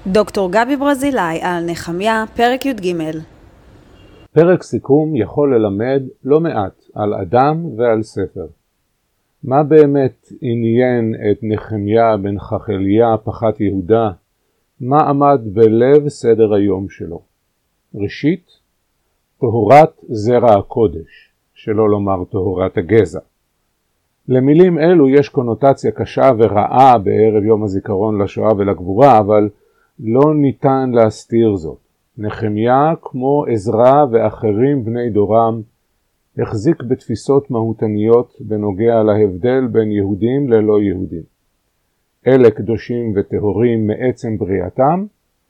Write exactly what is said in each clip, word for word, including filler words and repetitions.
דוקטור גבי ברזילאי על נחמיה, פרק י"ג. פרק סיכום יכול ללמד לא מעט על אדם ועל ספר. מה באמת עניין את נחמיה בן חכליה פחת יהודה? מה עמד בלב סדר היום שלו? ראשית, טהרת זרע הקודש, שלא לומר טהרת הגזע. למילים אלו יש קונוטציה קשה ורעה בערב יום הזיכרון לשואה ולגבורה, אבל לא ניתן להסתיר זאת. נחמיה, כמו עזרא ואחרים בני דורם, החזיק בתפיסות מהותניות בנוגע להבדל בין יהודים ללא יהודים. אלה קדושים וטהורים מעצם בריאתם,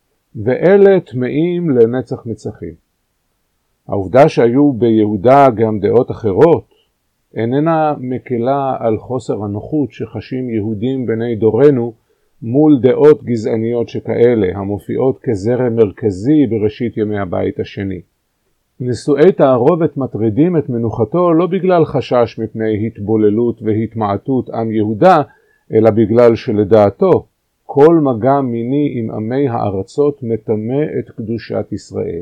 ואלה טמאים לנצח נצחים. העובדה שהיו ביהודה גם דעות אחרות, איננה מקלה על חוסר הנוחות שחשים יהודים בני דורנו מול דעות גזעניות שכאלה, המופיעות כזרם מרכזי בראשית ימי הבית השני. נישואי תערובת מטרידים את מנוחתו לא בגלל חשש מפני התבוללות והתמעטות עם יהודה, אלא בגלל שלדעתו כל מגע מיני עם עמי הארצות מטמא את קדושת ישראל.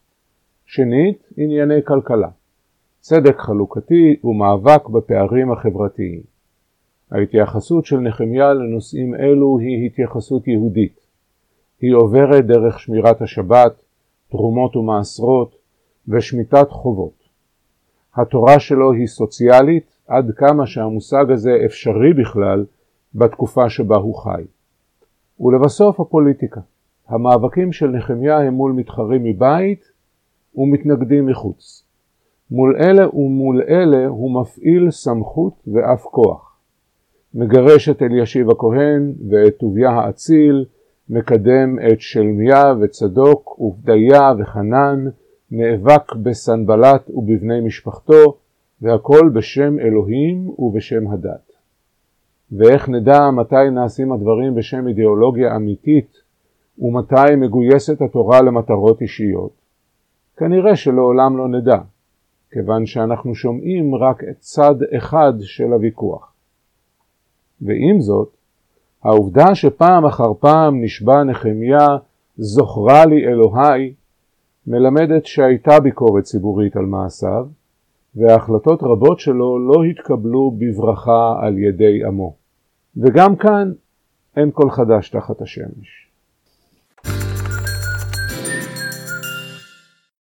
שנית, ענייני כלכלה. צדק חלוקתי ומאבק בפערים החברתיים. ההתייחסות של נחמיה לנושאים אלו היא התייחסות יהודית. היא עוברת דרך שמירת השבת, תרומות ומעשרות ושמיטת חובות. התורה שלו היא סוציאלית עד כמה שהמושג הזה אפשרי בכלל בתקופה שבה הוא חי. ולבסוף הפוליטיקה. המאבקים של נחמיה הם מול מתחרים מבית ומתנגדים מחוץ. מול אלה ומול אלה הוא מפעיל סמכות ואף כוח. מגרש את אלישיב הכהן ואת טוביה האציל, מקדם את שלמיה וצדוק ובדיה וחנן, נאבק בסנבלת ובבני משפחתו, והכל בשם אלוהים ובשם הדת. ואיך נדע מתי נעשים הדברים בשם אידיאולוגיה אמיתית, ומתי מגויסת התורה למטרות אישיות? כנראה שלעולם לא נדע, כיוון שאנחנו שומעים רק את צד אחד של הוויכוח. ועם זאת, העובדה שפעם אחר פעם נשבע נחמיה, זוכרה לי אלוהי, מלמדת שהייתה ביקורת ציבורית על מעשיו, וההחלטות רבות שלו לא התקבלו בברכה על ידי עמו. וגם כאן אין כל חדש תחת השמש.